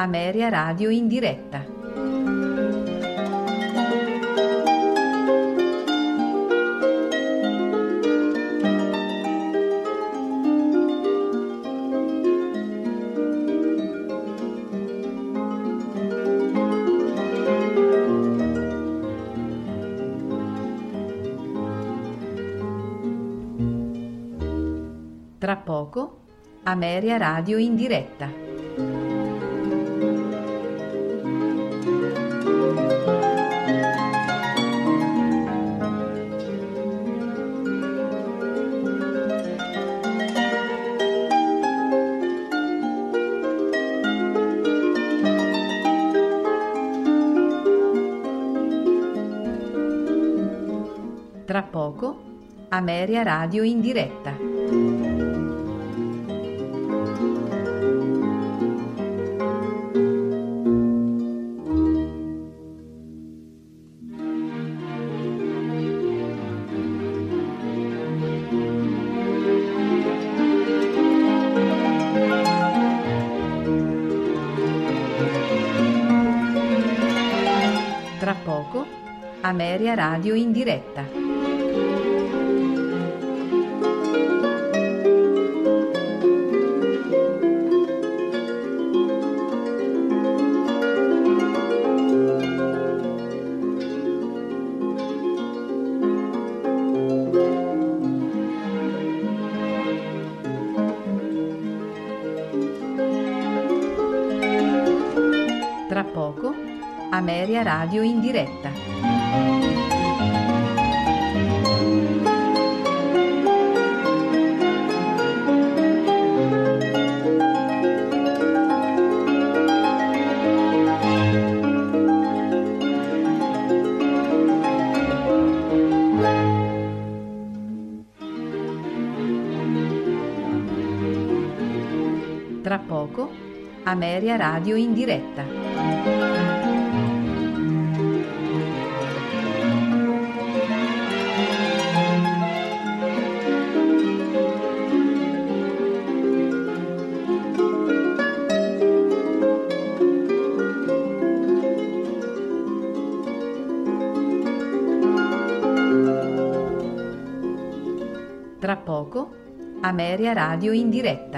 Ameria Radio in diretta. Tra poco, Ameria Radio in diretta. Tra poco, Ameria Radio in diretta. Tra poco, Ameria Radio in diretta. Tra poco, Ameria Radio in diretta. Tra poco, Ameria Radio in diretta. Tra poco, Ameria Radio in diretta.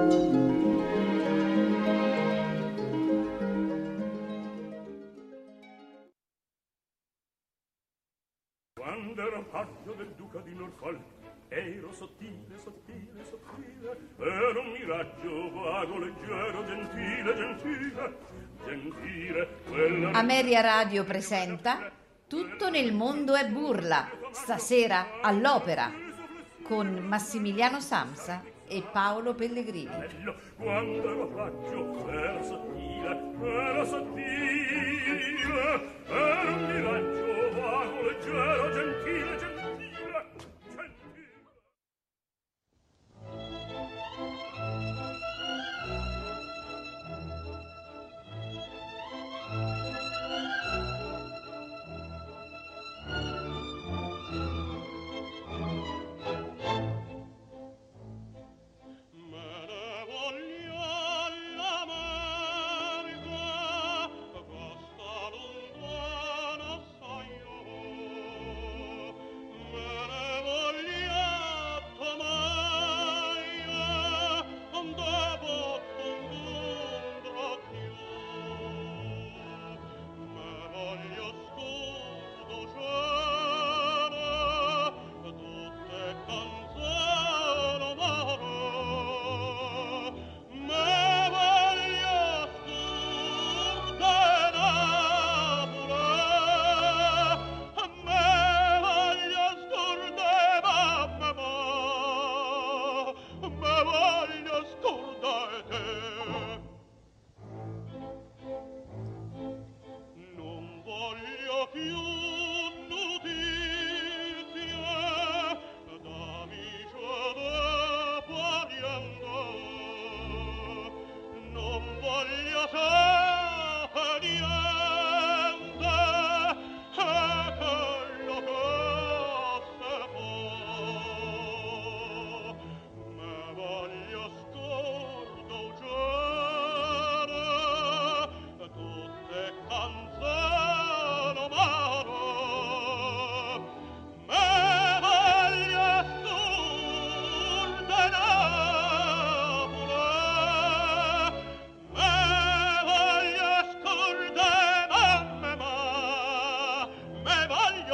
Quando ero paggio del duca di Norfolk, ero sottile, sottile, sottile, ero un miraggio vago, leggero, gentile, gentile, gentile. Quella... Ameria Radio presenta Tutto nel mondo è burla, stasera all'Opera, con Massimiliano Samsa e Paolo Pellegrini. Quando ero paggio, ero sottile, ero un miraggio vago, leggero, gentile, gentile, gentile. Me ne voglio all'America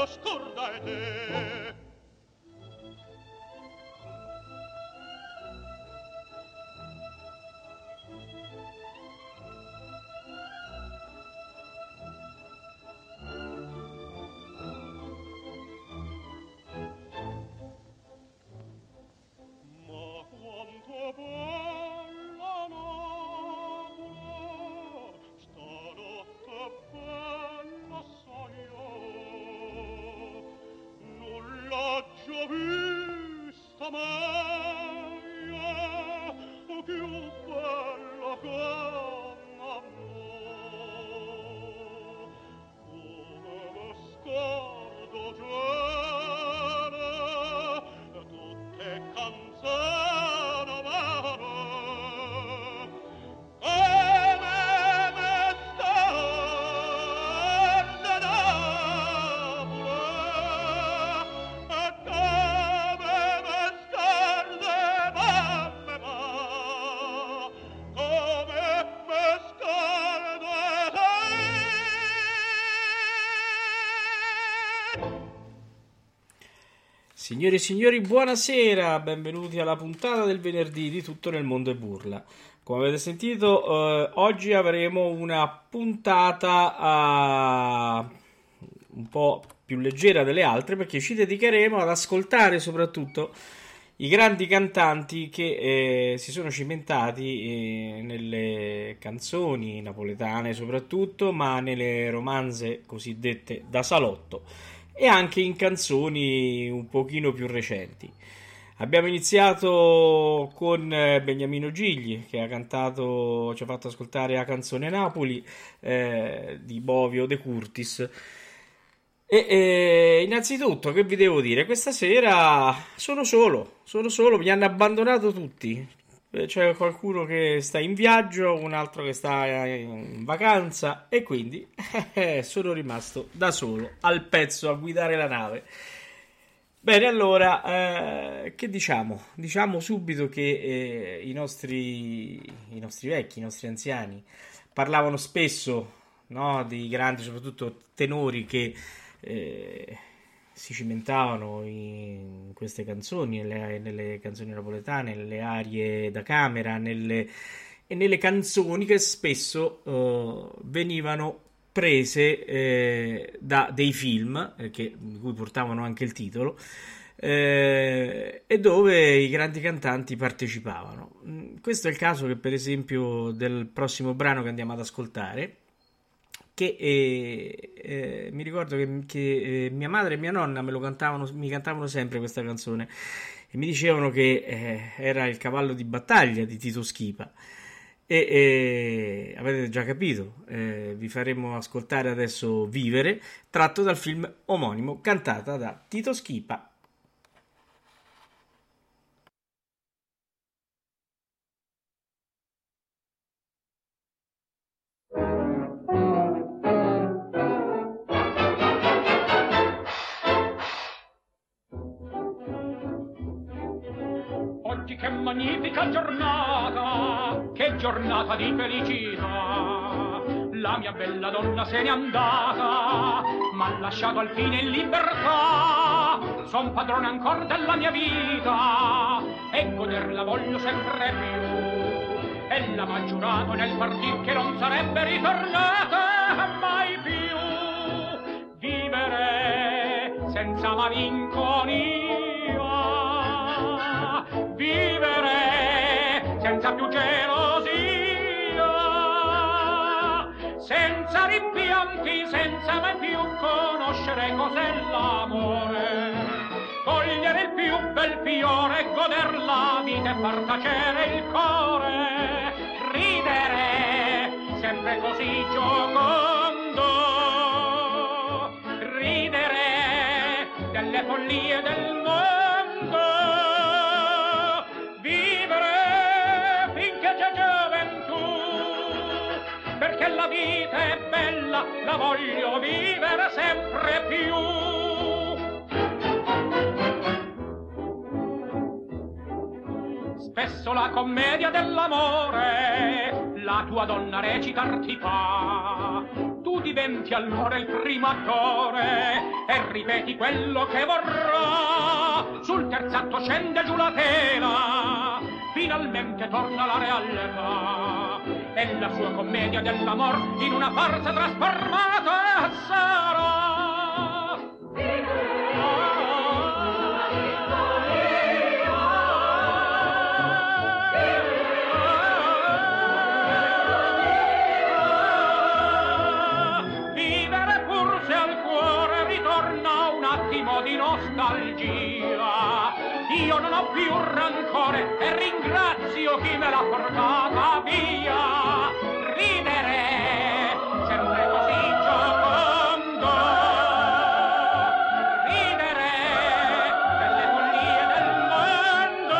lo scordate. Signore e signori, buonasera, benvenuti alla puntata del venerdì di Tutto nel mondo è burla. Come avete sentito, oggi avremo una puntata un po' più leggera delle altre, perché ci dedicheremo ad ascoltare soprattutto i grandi cantanti che si sono cimentati nelle canzoni napoletane soprattutto, ma nelle romanze cosiddette da salotto, e anche in canzoni un pochino più recenti. Abbiamo iniziato con Beniamino Gigli, che ci ha fatto ascoltare la canzone Napoli di Bovio De Curtis. E innanzitutto, che vi devo dire? Questa sera sono solo, mi hanno abbandonato tutti. C'è qualcuno che sta in viaggio, un altro che sta in vacanza, e quindi sono rimasto da solo al pezzo a guidare la nave. Bene, allora, che diciamo? Diciamo subito che i nostri vecchi, i nostri anziani parlavano spesso, no, di grandi, soprattutto tenori, che si cimentavano in queste canzoni, nelle canzoni napoletane, nelle arie da camera, e nelle canzoni che spesso venivano prese da dei film di cui portavano anche il titolo, e dove i grandi cantanti partecipavano. Questo è il caso, che per esempio, del prossimo brano che andiamo ad ascoltare, che mi ricordo che mia madre e mia nonna mi cantavano sempre questa canzone, e mi dicevano che era il cavallo di battaglia di Tito Schipa, e avete già capito, vi faremo ascoltare adesso Vivere, tratto dal film omonimo, cantata da Tito Schipa. Che magnifica giornata, che giornata di felicità. La mia bella donna se n'è andata, m'ha lasciato al fine in libertà. Son padrone ancora della mia vita e goderla voglio sempre più. Ella m'ha giurato nel partir che non sarebbe ritornata mai più. Vivere senza malinconia, vivere senza più gelosia, senza rimpianti, senza mai più conoscere cos'è l'amore, cogliere il più bel fiore, goder la vita e far tacere il cuore, ridere sempre così giocondo, ridere delle follie del mondo, perché la vita è bella, la voglio vivere sempre più. Spesso la commedia dell'amore la tua donna recitar ti fa. Tu di diventi allora il primo attore e ripeti quello che vorrà. Sul terzo atto scende giù la tela, finalmente torna la realtà e la sua commedia dell'amor in una farsa trasformata sarà. Di nostalgia, io non ho più rancore e ringrazio chi me l'ha portata via. Ridere sempre così giocondo, ridere delle follie del mondo,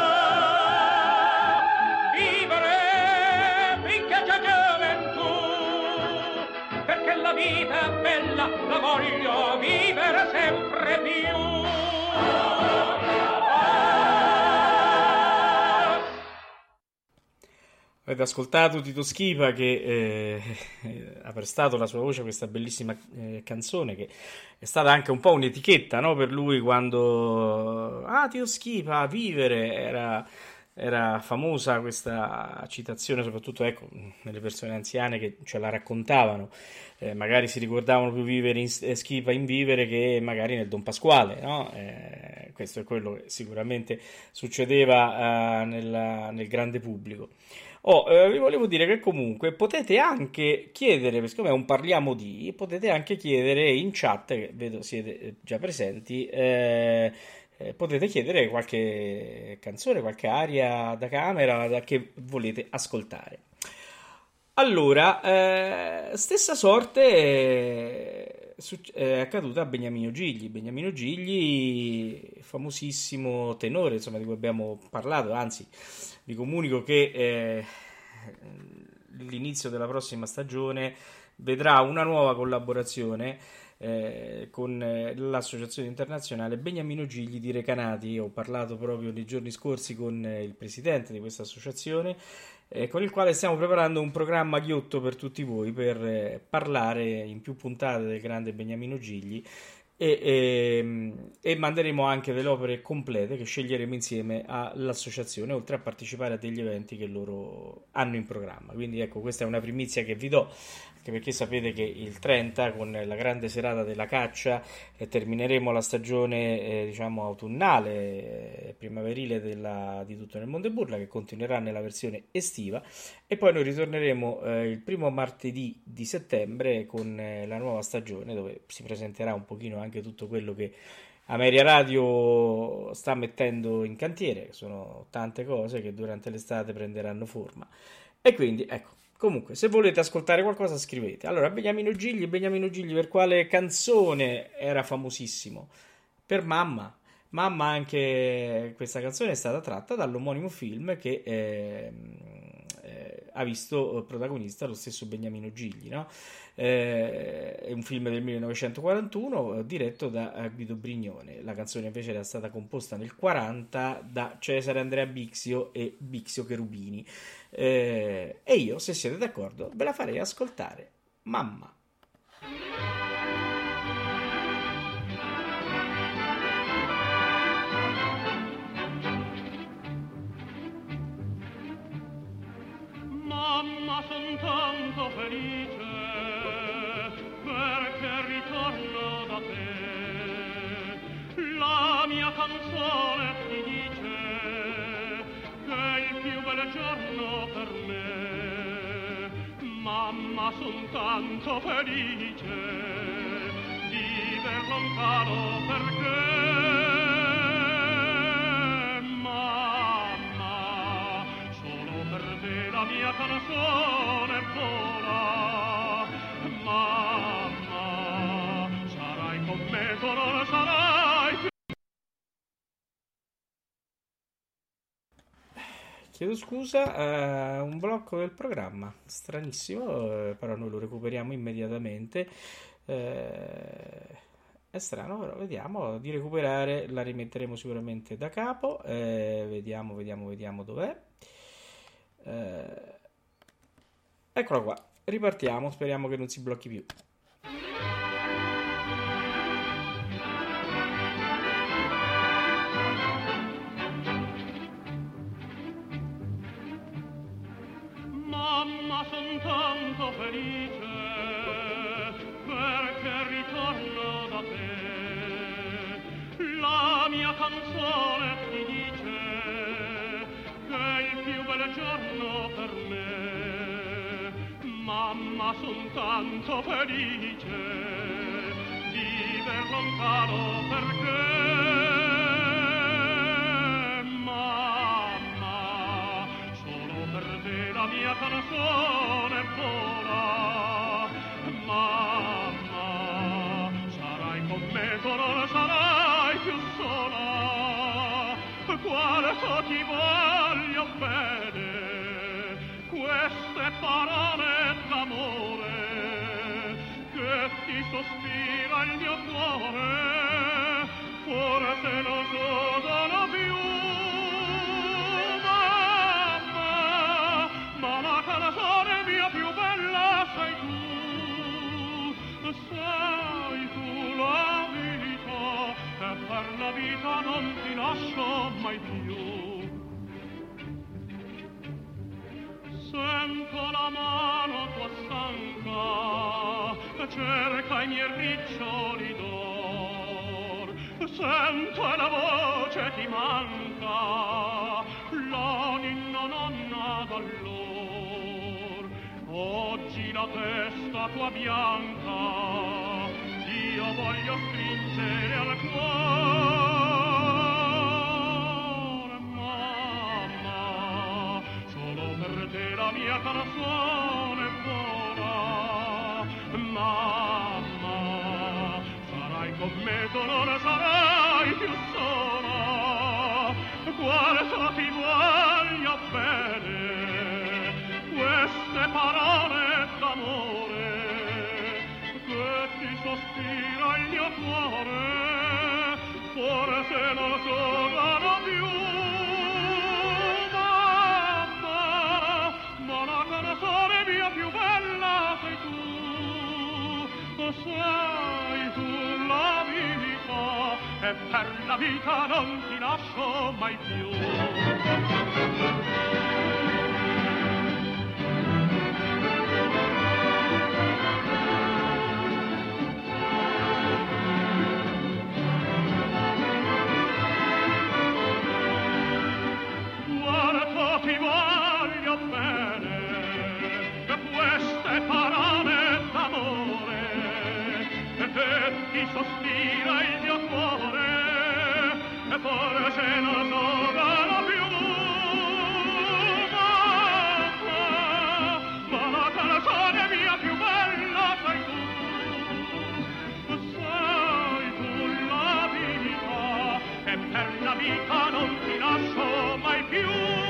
vivere finché c'è gioventù, perché la vita è bella, la voglio vivere sempre più. Avete ascoltato Tito Schipa che ha prestato la sua voce a questa bellissima canzone, che è stata anche un po' un'etichetta, no, per lui, quando Tito Schipa, vivere, era famosa questa citazione, soprattutto ecco nelle persone anziane che ce la raccontavano, magari si ricordavano più vivere Schipa in Vivere che magari nel Don Pasquale, no? Questo è quello che sicuramente succedeva nel grande pubblico. Vi volevo dire che comunque potete anche chiedere, siccome è un parliamo di, potete anche chiedere in chat, che vedo siete già presenti, potete chiedere qualche canzone, qualche aria da camera che volete ascoltare. Allora, stessa sorte è accaduta a Beniamino Gigli. Beniamino Gigli, famosissimo tenore, insomma, di cui abbiamo parlato, anzi vi comunico che l'inizio della prossima stagione vedrà una nuova collaborazione con l'associazione internazionale Beniamino Gigli di Recanati. Ho parlato proprio nei giorni scorsi con il presidente di questa associazione, con il quale stiamo preparando un programma ghiotto per tutti voi per parlare in più puntate del grande Beniamino Gigli e manderemo anche delle opere complete che sceglieremo insieme all'associazione, oltre a partecipare a degli eventi che loro hanno in programma. Quindi ecco, questa è una primizia che vi do, anche perché sapete che il 30, con la grande serata della caccia, termineremo la stagione diciamo autunnale, primaverile di Tutto nel Mondo e Burla, che continuerà nella versione estiva, e poi noi ritorneremo il primo martedì di settembre con la nuova stagione, dove si presenterà un pochino anche tutto quello che Ameria Radio sta mettendo in cantiere. Sono tante cose che durante l'estate prenderanno forma, e quindi ecco, comunque se volete ascoltare qualcosa scrivete. Allora, Beniamino Gigli per quale canzone era famosissimo? Per Mamma. Anche questa canzone è stata tratta dall'omonimo film che ha visto protagonista lo stesso Beniamino Gigli, no? È un film del 1941 diretto da Guido Brignone. La canzone invece era stata composta nel 1940 da Cesare Andrea Bixio e Bixio Cherubini, e io, se siete d'accordo, ve la farei ascoltare. Mamma. Mamma, son tanto felice perché ritorno da te. La mia canzone ti dice che è il più bel giorno per me. Mamma, son tanto felice di viver lontano perché. La mia canzone vola. Mamma, sarai con me, tu non sarai più. Chiedo scusa, un blocco del programma stranissimo, però noi lo recuperiamo immediatamente. È strano, però vediamo di recuperare, la rimetteremo sicuramente da capo. Vediamo dov'è. Eccola qua, ripartiamo, speriamo che non si blocchi più. Mamma, son tanto felice perché ritorno da te. La mia canzone ti dice che è il più bel giorno per me. Mamma, son tanto felice di viver lontano perché. La mia canzone vola, mamma, sarai con me, tu non sarai più sola, quanto ti voglio bene, queste parole d'amore, che ti sospira il mio cuore, forse non sono più. Ma la canzone mia più bella sei tu la vita, e per la vita non ti lascio mai più. Sento la mano tua stanca, cerca i miei riccioli d'or, sento e la voce ti manca, la ninna nonna d'allora. Oggi la testa tua bianca io voglio stringere al cuore, mamma, solo per te la mia canzone vola, mamma, sarai con me, tu non sarai più sola, quanto ti voglio bene, queste parole d'amore che ti sospira il mio cuore, forse non sono più, mamma, ma la canzone mia più bella sei tu la vita, e per la vita non ti lascio mai più. Ti voglio bene, queste parole d'amore, che ti sospira il mio cuore, e forse non sono più, ma la canzone mia più bella sei tu la vita, e per la vita non ti lascio mai più.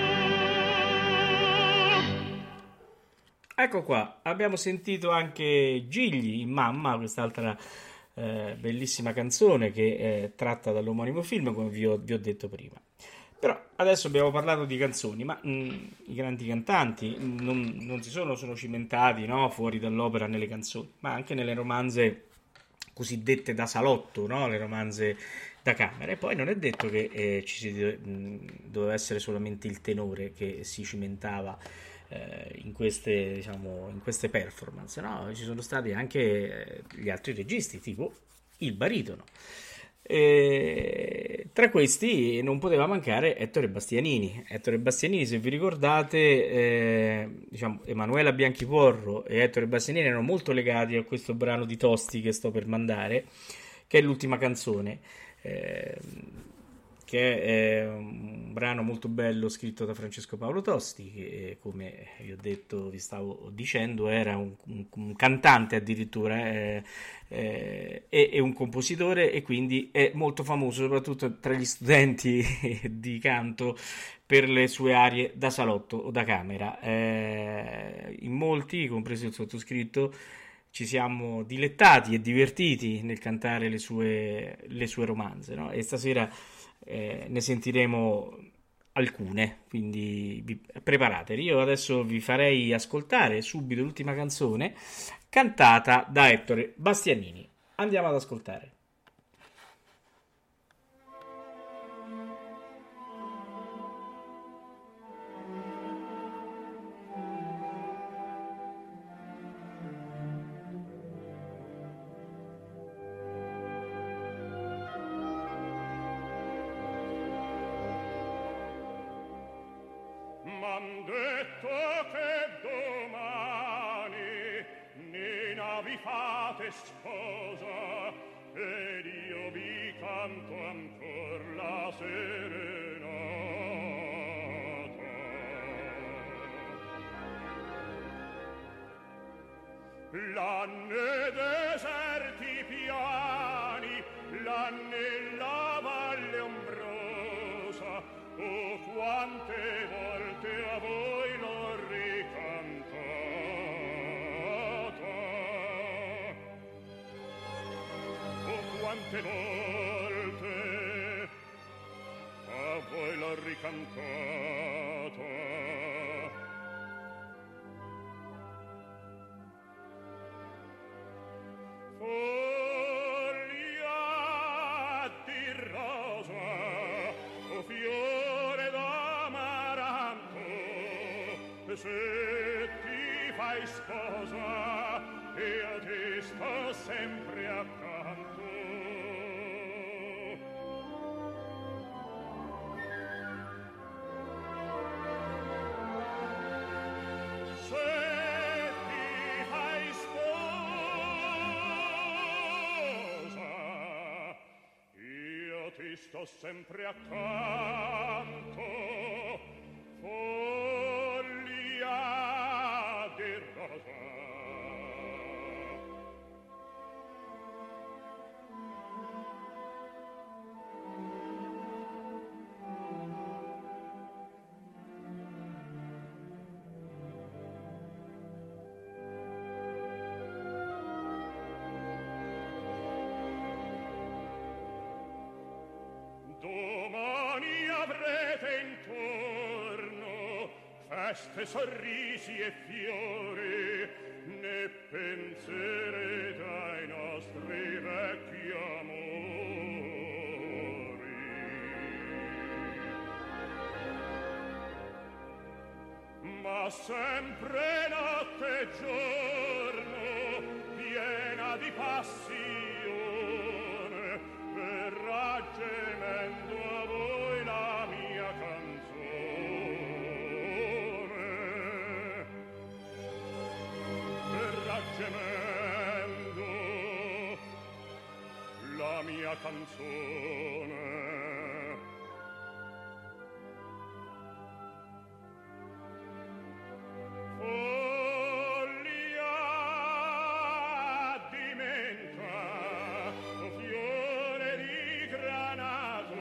Ecco qua, abbiamo sentito anche Gigli in Mamma, quest'altra bellissima canzone che è tratta dall'omonimo film, come vi ho detto prima. Però adesso abbiamo parlato di canzoni, ma i grandi cantanti non si sono cimentati, no, fuori dall'opera nelle canzoni, ma anche nelle romanze cosiddette da salotto, no? Le romanze da camera. E poi non è detto che doveva essere solamente il tenore che si cimentava in queste performance, no? Ci sono stati anche gli altri registi, tipo il baritono. Tra questi non poteva mancare Ettore Bastianini. Ettore Bastianini, se vi ricordate, Emanuela Bianchiporro e Ettore Bastianini erano molto legati a questo brano di Tosti che sto per mandare, che è l'ultima canzone, che è un brano molto bello scritto da Francesco Paolo Tosti, che, come vi ho detto, vi stavo dicendo, era un cantante addirittura, è un compositore, e quindi è molto famoso soprattutto tra gli studenti di canto per le sue arie da salotto o da camera. In molti, compreso il sottoscritto, ci siamo dilettati e divertiti nel cantare le sue romanze, no? E stasera ne sentiremo alcune, quindi preparatevi. Io adesso vi farei ascoltare subito l'ultima canzone cantata da Ettore Bastianini. Andiamo ad ascoltare. M'han detto che domani Nina vi fate sposa ed io vi canto ancor la serenata. Là nei deserti piani, là nella valle ombrosa, oh quante volte a voi l'ho ricantata. Oh quante volte a voi l'ho ricantata. Foglia di rosa, o fiore d'amaranto, se ti fai sposa, io ti sto sempre accanto. Se ti fai sposa, io ti sto sempre accanto. Foglia di rosa. Domani avrete intorno feste, sorrisi e fiori, ne penserete ai nostri vecchi amori. Ma sempre notte e giorno, piena di passione, verrà gemendo a voi la mia canzone. Verrà gemendo la mia canzone. Foglia di menta, o fiore di granato,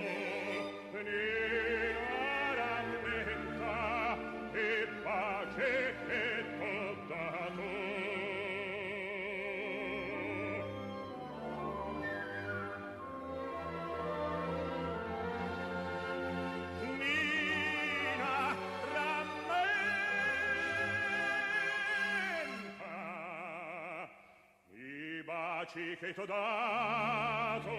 nera rammenta e pace che t'ho dato. Nina rammenta i baci che t'ho dato.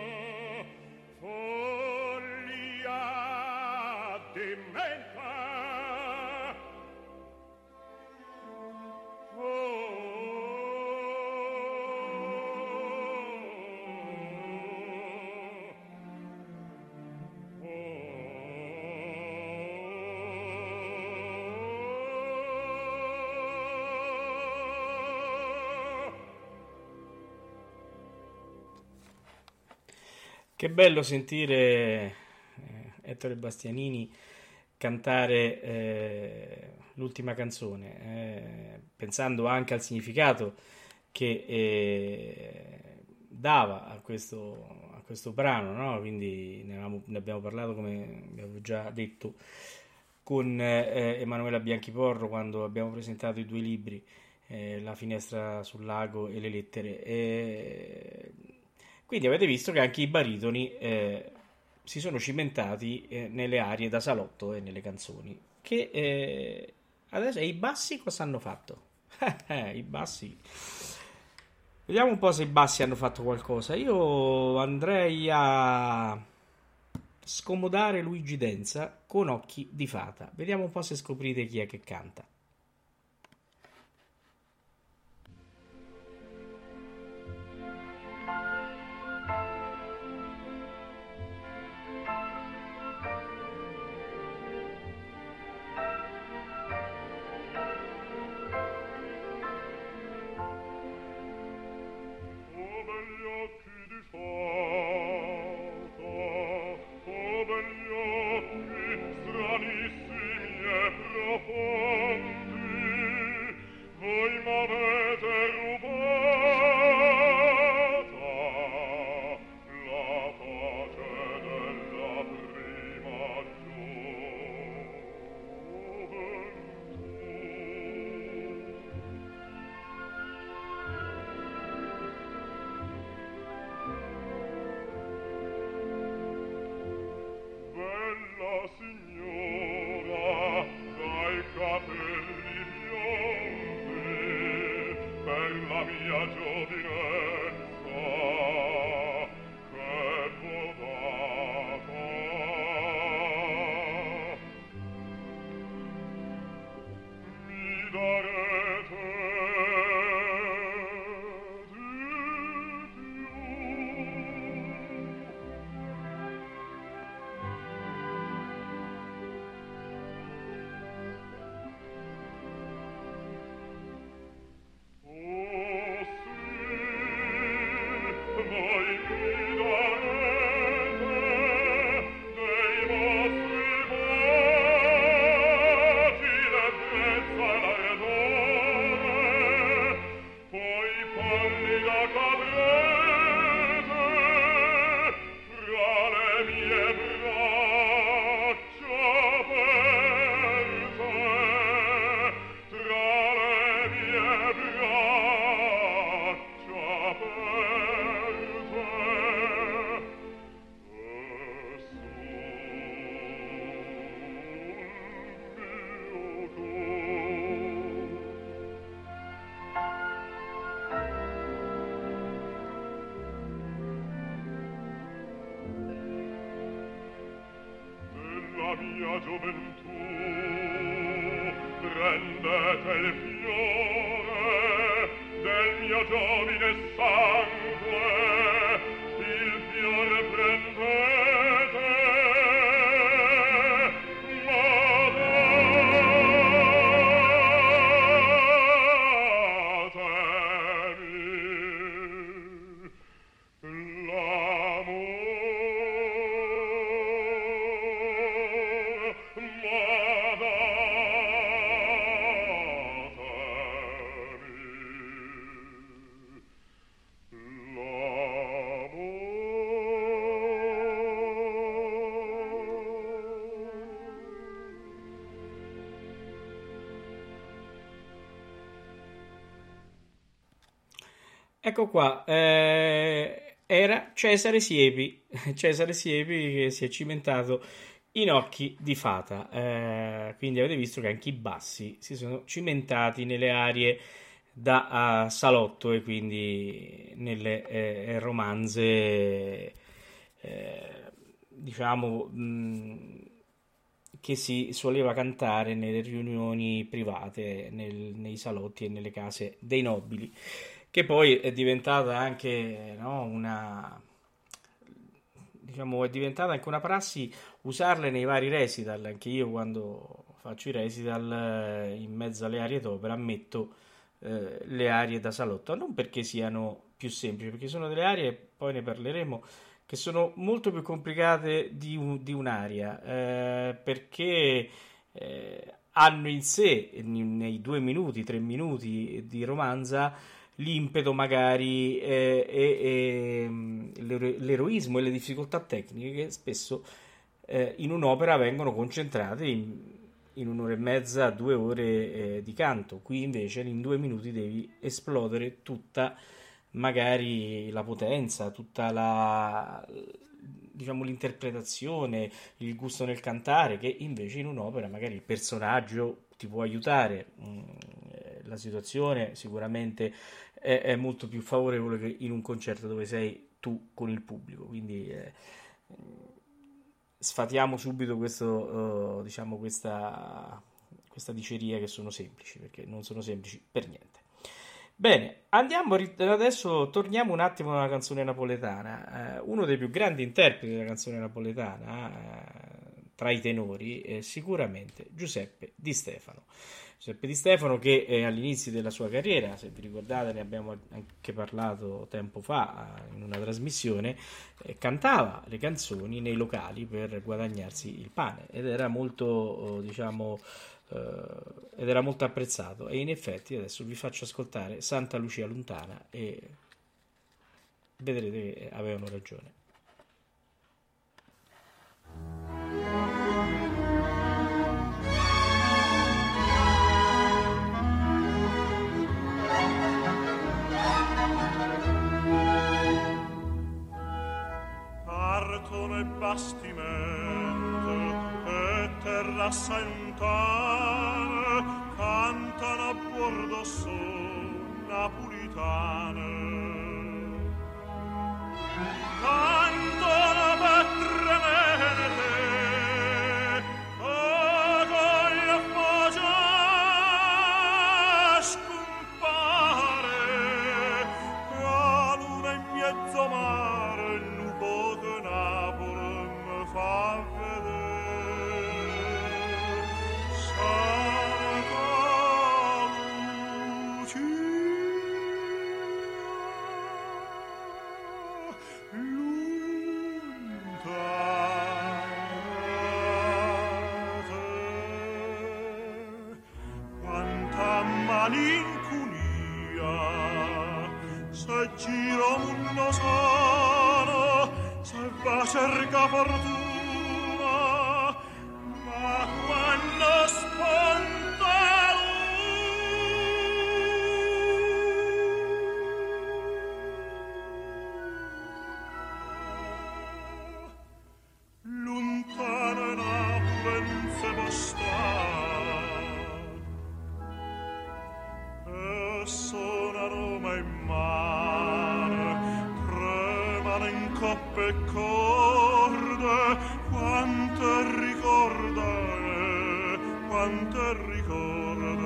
Foglia di menta, Che bello sentire Ettore Bastianini cantare l'ultima canzone, pensando anche al significato che dava a questo brano, no? Quindi ne abbiamo parlato, come avevo già detto, con Emanuela Bianchiporro quando abbiamo presentato i due libri, La finestra sul lago e Le lettere. Quindi avete visto che anche i baritoni si sono cimentati nelle arie da salotto e nelle canzoni. Che adesso i bassi cosa hanno fatto? I bassi. Vediamo un po' se i bassi hanno fatto qualcosa. Io andrei a scomodare Luigi Denza con Occhi di fata. Vediamo un po' se scoprite chi è che canta. mia gioventù prendete il fiore del mio giovine sangue, il fiore prendete, ma datemi Ecco qua, era Cesare Siepi, Cesare Siepi che si è cimentato in Occhi di fata, quindi avete visto che anche i bassi si sono cimentati nelle arie da salotto e quindi nelle romanze, diciamo, che si soleva cantare nelle riunioni private, nei salotti e nelle case dei nobili, che poi è diventata anche, no, diciamo, è diventata anche una prassi usarle nei vari recital. Anche io, quando faccio i recital, in mezzo alle arie d'opera metto le arie da salotto, non perché siano più semplici, perché sono delle arie, poi ne parleremo, che sono molto più complicate di un'aria, perché hanno in sé, nei 2 minuti, 3 minuti di romanza, l'impeto magari e l'eroismo e le difficoltà tecniche che spesso in un'opera vengono concentrate in un'ora e mezza, 2 ore di canto. Qui invece in 2 minuti devi esplodere tutta magari la potenza, tutta diciamo, l'interpretazione, il gusto nel cantare, che invece in un'opera magari il personaggio ti può aiutare, la situazione sicuramente è molto più favorevole che in un concerto dove sei tu con il pubblico. Quindi sfatiamo subito diciamo, questa diceria che sono semplici, perché non sono semplici per niente. Bene, adesso torniamo un attimo alla canzone napoletana. Uno dei più grandi interpreti della canzone napoletana, tra i tenori, è sicuramente Giuseppe Di Stefano. Giuseppe Di Stefano, che all'inizio della sua carriera, se vi ricordate, ne abbiamo anche parlato tempo fa in una trasmissione, cantava le canzoni nei locali per guadagnarsi il pane, ed era molto, diciamo, ed era molto apprezzato. E in effetti adesso vi faccio ascoltare Santa Lucia Lontana e vedrete che avevano ragione. Partono e bastimento e terra assai lontana, cantano a bordo su Napoli lontane cantano per tremete a con la faccia scompare la luna in mezzo mare il lupo che Napoli mi fa vedere Santa quanta malinconia se giro un sono se va a cerca fortuna ma quando sponta lontana Napoli non si può stare e sono Roma in mare tremano in coppe e corde quante ricorda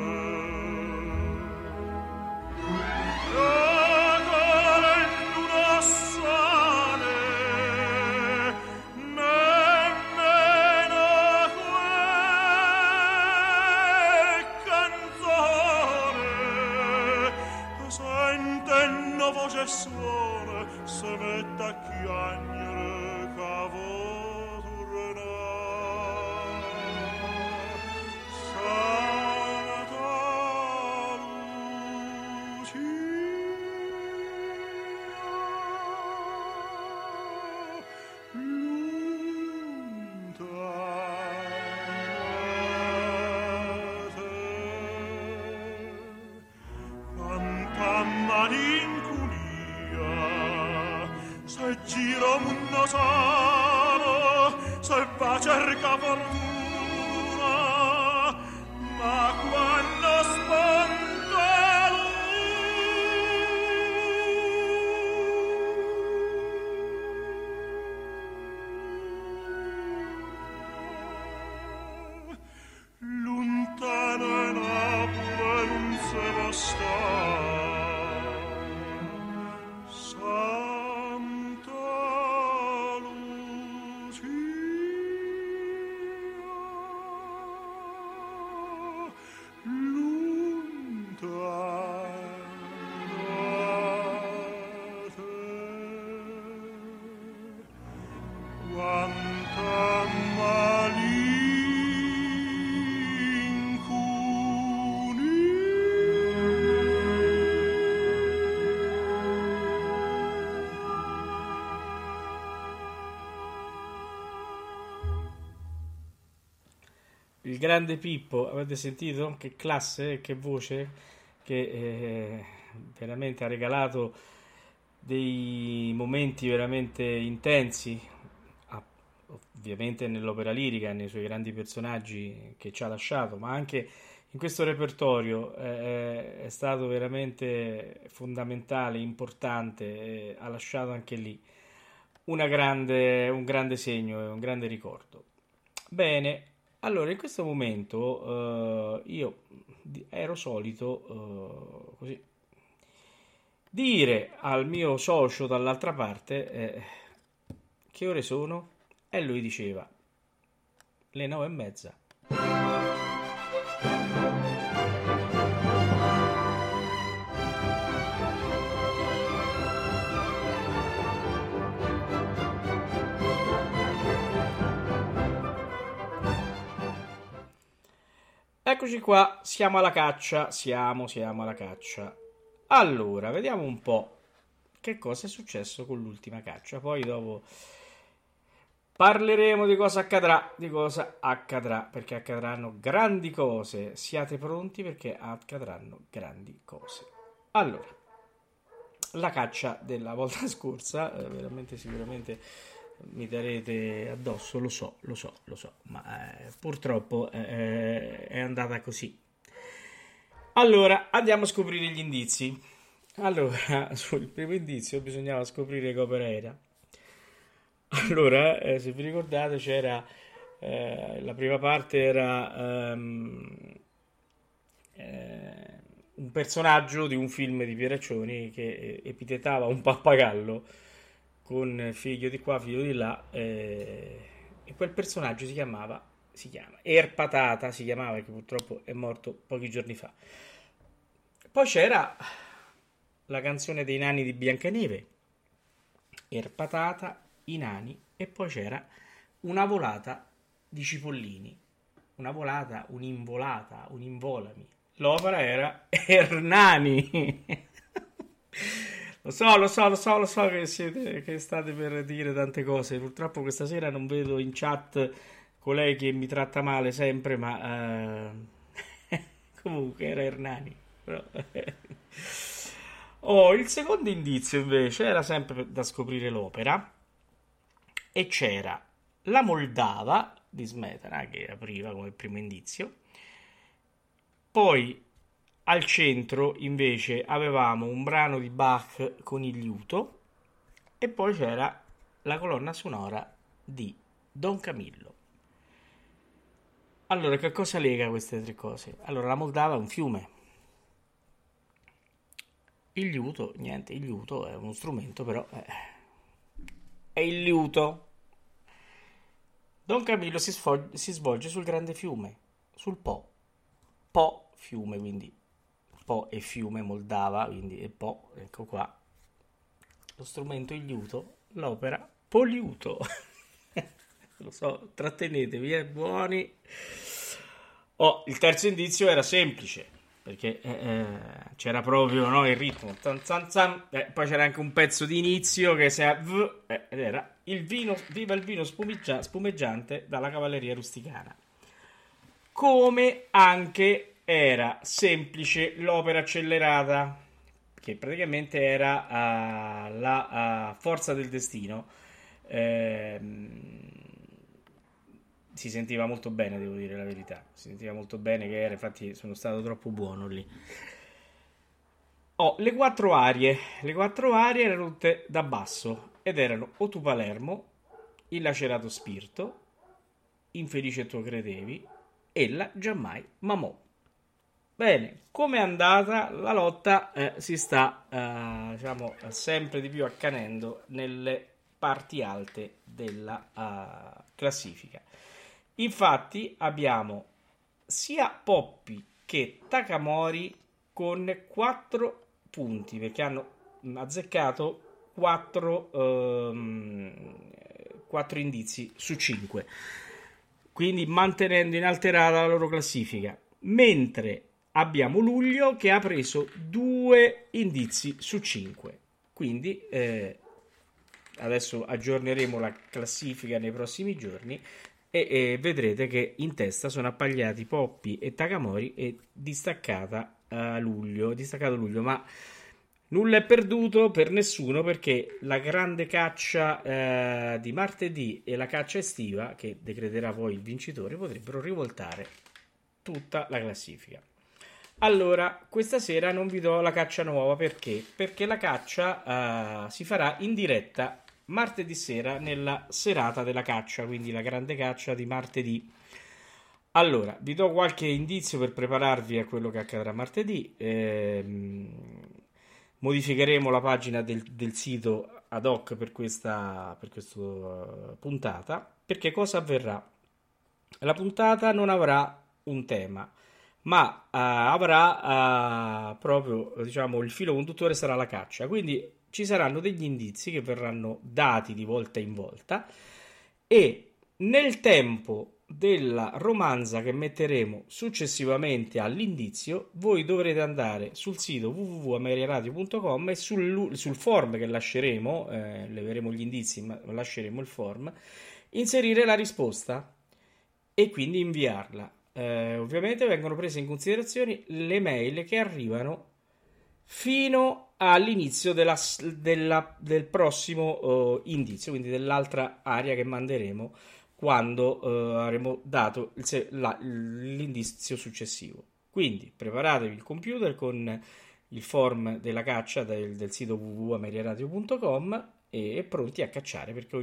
ancora in una sale nemmeno quel canzone sentendo voce e suone si mette a chiagnere cavo Santa quanta malinconia se giro un sano se va a cerca fortuna ma quando sponta lontana Napoli non si può stare Santa quanta Il grande Pippo, avete sentito? Che classe, che voce, che veramente ha regalato dei momenti veramente intensi, ovviamente nell'opera lirica, nei suoi grandi personaggi che ci ha lasciato, ma anche in questo repertorio è stato veramente fondamentale, importante, ha lasciato anche lì un grande segno e un grande ricordo. Bene. Allora, in questo momento io ero solito così dire al mio socio dall'altra parte che ore sono e lui diceva le 9:30. Eccoci qua, siamo alla caccia, siamo alla caccia. Allora, vediamo un po' che cosa è successo con l'ultima caccia, poi dopo parleremo di cosa accadrà, perché accadranno grandi cose. Siate pronti perché accadranno grandi cose. Allora, la caccia della volta scorsa, veramente sicuramente mi darete addosso, lo so, ma purtroppo è andata così. Allora, andiamo a scoprire gli indizi. Allora, sul primo indizio bisognava scoprire che opera era. Allora, se vi ricordate, c'era la prima parte era un personaggio di un film di Pieraccioni che epitetava un pappagallo con figlio di qua, figlio di là, e quel personaggio si chiama Erpatata, si chiamava, che purtroppo è morto pochi giorni fa. Poi c'era la canzone dei nani di Biancaneve, Erpatata, i nani, e poi c'era una volata di cipollini, una volata, un'involata, un involami. L'opera era Ernani. Lo so che state per dire tante cose. Purtroppo questa sera non vedo in chat colei che mi tratta male sempre, ma comunque era Ernani. Però, il secondo indizio invece era sempre da scoprire l'opera, e c'era la Moldava di Smetana che apriva come primo indizio. Poi al centro invece avevamo un brano di Bach con il liuto, e poi c'era la colonna sonora di Don Camillo. Allora, che cosa lega queste tre cose? Allora, la Moldava è un fiume. Il liuto, niente, il liuto è uno strumento, però è il liuto. Don Camillo si svolge sul grande fiume, sul Po. Po, fiume, quindi Po e fiume, Moldava, quindi è Po, ecco qua. Lo strumento il liuto, l'opera Poliuto. Lo so, trattenetevi, buoni. Il terzo indizio era semplice, perché c'era proprio, no, il ritmo. Poi c'era anche un pezzo di inizio che ed era il vino, viva il vino spumeggiante dalla cavalleria rusticana. Come anche era semplice l'opera accelerata, che praticamente era la forza del destino. Si sentiva molto bene, devo dire la verità. Si sentiva molto bene che era, infatti sono stato troppo buono lì. Le quattro arie. Le quattro arie erano tutte da basso ed erano O tu Palermo, Il lacerato spirito, Infelice tu credevi, Ella giammai mamò. Bene, come è andata la lotta? Si sta diciamo sempre di più accanendo nelle parti alte della classifica. Infatti abbiamo sia Poppi che Takamori con 4 punti, perché hanno azzeccato 4 indizi su 5, quindi mantenendo inalterata la loro classifica, mentre abbiamo Luglio che ha preso 2 indizi su 5, quindi adesso aggiorneremo la classifica nei prossimi giorni e vedrete che in testa sono appagliati Poppi e Takamori e distaccato Luglio, ma nulla è perduto per nessuno, perché la grande caccia di martedì e la caccia estiva, che decreterà poi il vincitore, potrebbero rivoltare tutta la classifica. Allora, questa sera non vi do la caccia nuova, perché la caccia si farà in diretta martedì sera nella serata della caccia, quindi la grande caccia di martedì. Allora, vi do qualche indizio per prepararvi a quello che accadrà martedì. Modificheremo la pagina del sito ad hoc per questa puntata, perché cosa avverrà? La puntata non avrà un tema, ma avrà proprio, diciamo, il filo conduttore sarà la caccia, quindi ci saranno degli indizi che verranno dati di volta in volta, e nel tempo della romanza che metteremo successivamente all'indizio, voi dovrete andare sul sito www.ameriaradio.com e sul form che lasceremo, leveremo gli indizi ma lasceremo il form, inserire la risposta e quindi inviarla. Ovviamente vengono prese in considerazione le mail che arrivano fino all'inizio del prossimo indizio, quindi dell'altra area che manderemo quando avremo dato l'indizio successivo. Quindi preparatevi il computer con il form della caccia del sito www.ameriaradio.com e pronti a cacciare, perché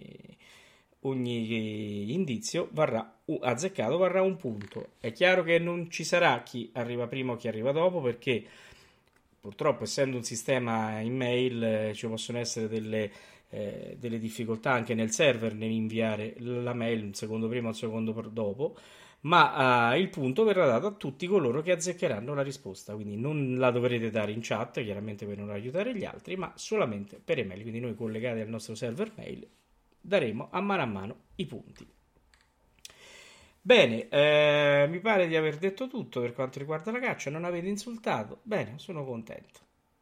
ogni indizio azzeccato varrà un punto. È chiaro che non ci sarà chi arriva prima o chi arriva dopo, perché purtroppo, essendo un sistema email, ci possono essere delle difficoltà anche nel server nell'inviare la mail un secondo prima o un secondo dopo, ma il punto verrà dato a tutti coloro che azzeccheranno la risposta, quindi non la dovrete dare in chat, chiaramente per non aiutare gli altri, ma solamente per email. Quindi noi, collegati al nostro server mail, daremo a mano i punti. Bene, mi pare di aver detto tutto per quanto riguarda la caccia. Non avete insultato? Bene, sono contento.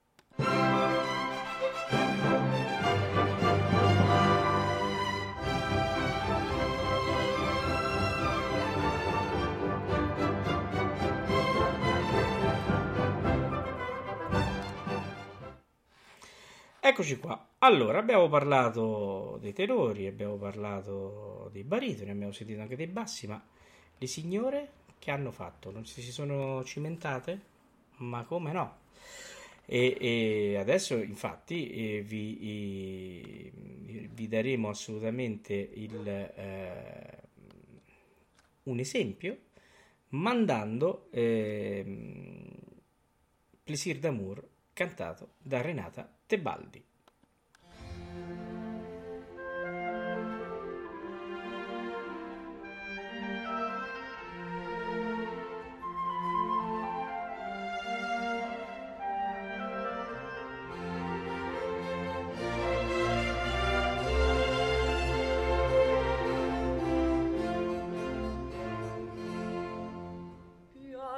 Eccoci qua. Allora, abbiamo parlato dei tenori, abbiamo parlato dei baritoni, abbiamo sentito anche dei bassi, ma le signore che hanno fatto? Non si sono cimentate? Ma come no? E adesso, infatti, vi daremo assolutamente un esempio mandando Plaisir d'amour, cantato da Renata Tebaldi.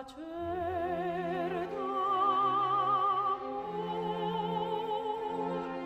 Piacer d'amor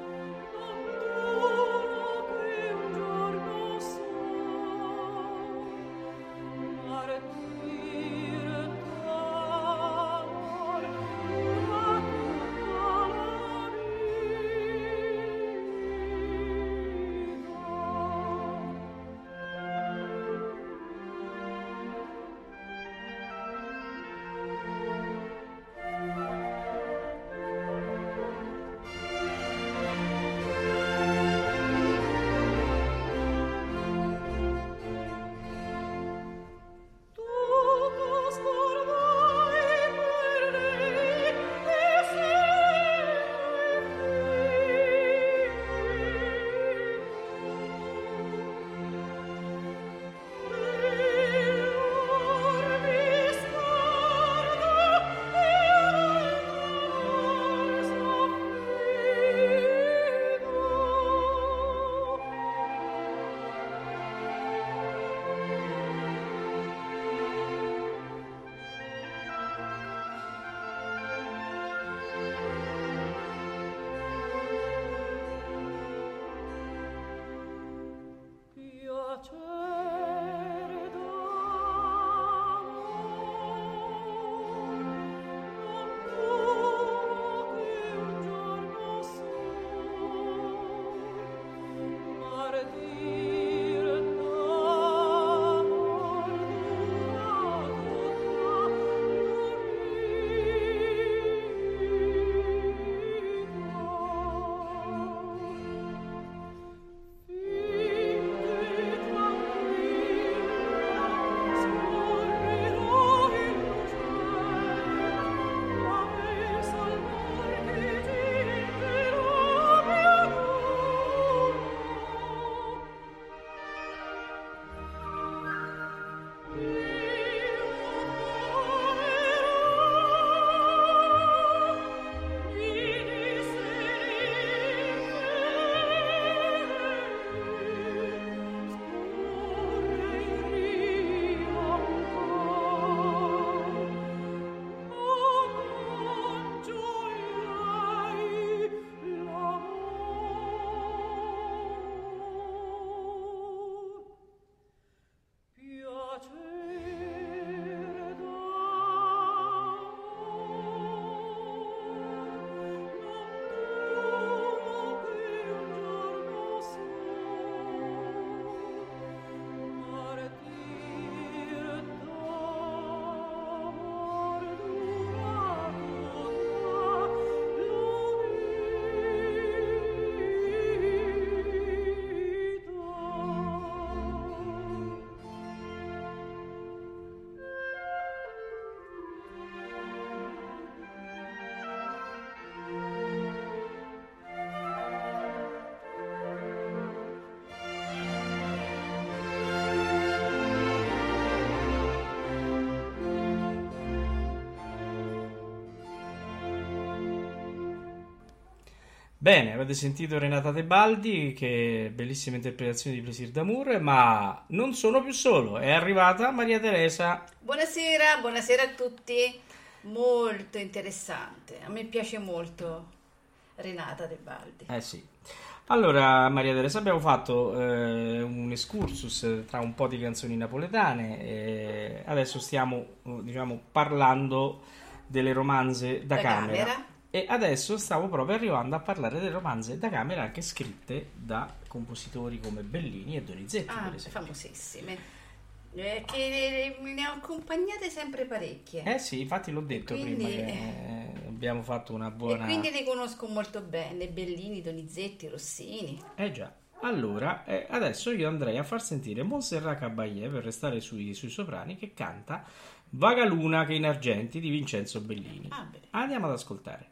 Bene, avete sentito Renata Tebaldi, che bellissima interpretazione di Plaisir d'amour, ma non sono più solo, è arrivata Maria Teresa. Buonasera, buonasera a tutti. Molto interessante. A me piace molto Renata Tebaldi. Sì. Allora, Maria Teresa, abbiamo fatto un excursus tra un po' di canzoni napoletane e adesso stiamo, diciamo, parlando delle romanze da camera. E adesso stavo proprio arrivando a parlare delle romanze da camera anche scritte da compositori come Bellini e Donizetti, per esempio. Famosissime. Che ne ho accompagnate sempre parecchie. Sì, infatti l'ho detto prima che abbiamo fatto una buona... E quindi li conosco molto bene, Bellini, Donizetti, Rossini. Già. Allora, adesso io andrei a far sentire Montserrat Caballé, per restare sui soprani, che canta Vaga luna che in argenti di Vincenzo Bellini. Andiamo ad ascoltare.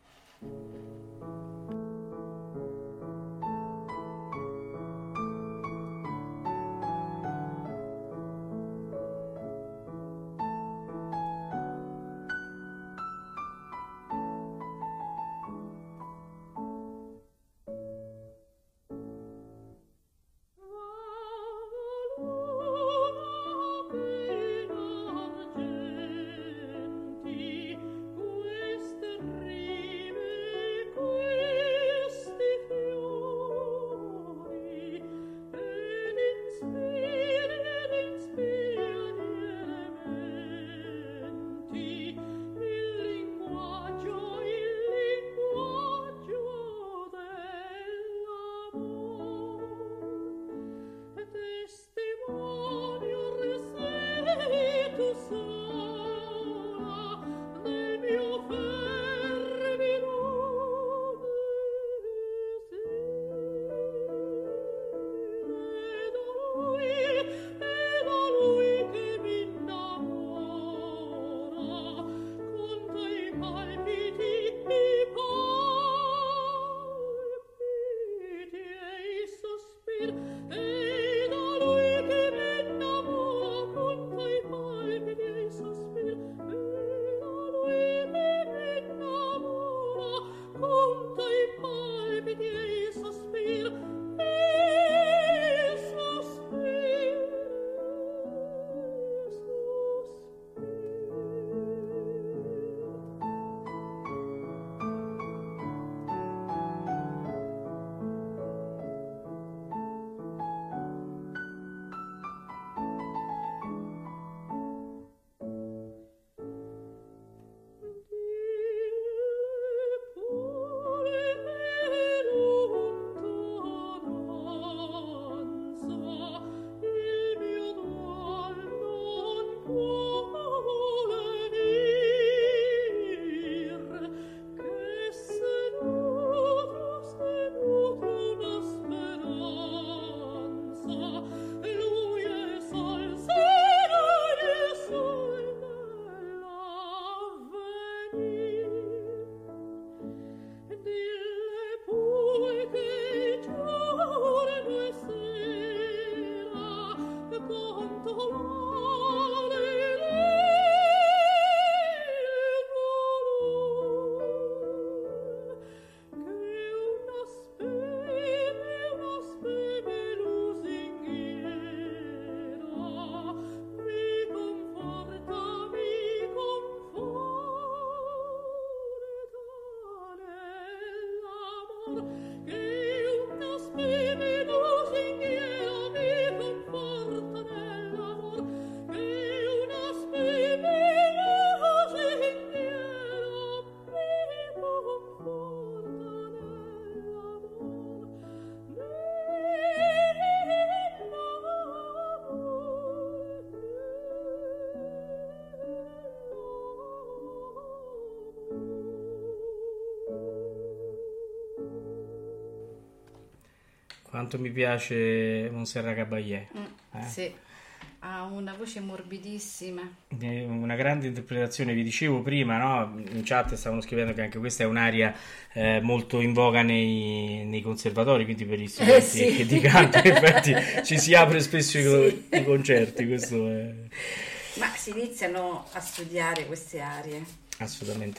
Quanto mi piace Montserrat Caballé. Sì, ha una voce morbidissima. Una grande interpretazione, vi dicevo prima, no? In chat stavano scrivendo che anche questa è un'aria molto in voga nei conservatori, quindi per gli studenti di canto, in effetti ci si apre spesso i concerti. Questo è... Ma si iniziano a studiare queste arie. Assolutamente sì.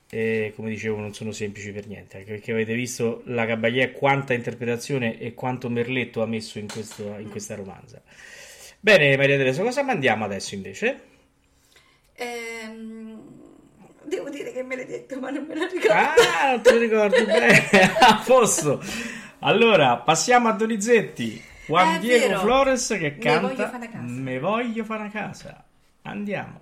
e come dicevo non sono semplici per niente, anche perché avete visto la Caballé quanta interpretazione e quanto merletto ha messo in questa romanza. Bene, Maria Teresa, cosa mandiamo adesso invece? Devo dire che me l'hai detto, ma non me lo ricordo. Ah, non te lo ricordi bene. A posto. Allora, passiamo a Donizetti. Juan Diego vero. Flores che Me canta voglio fa' na casa. Me voglio fa' na casa. Andiamo.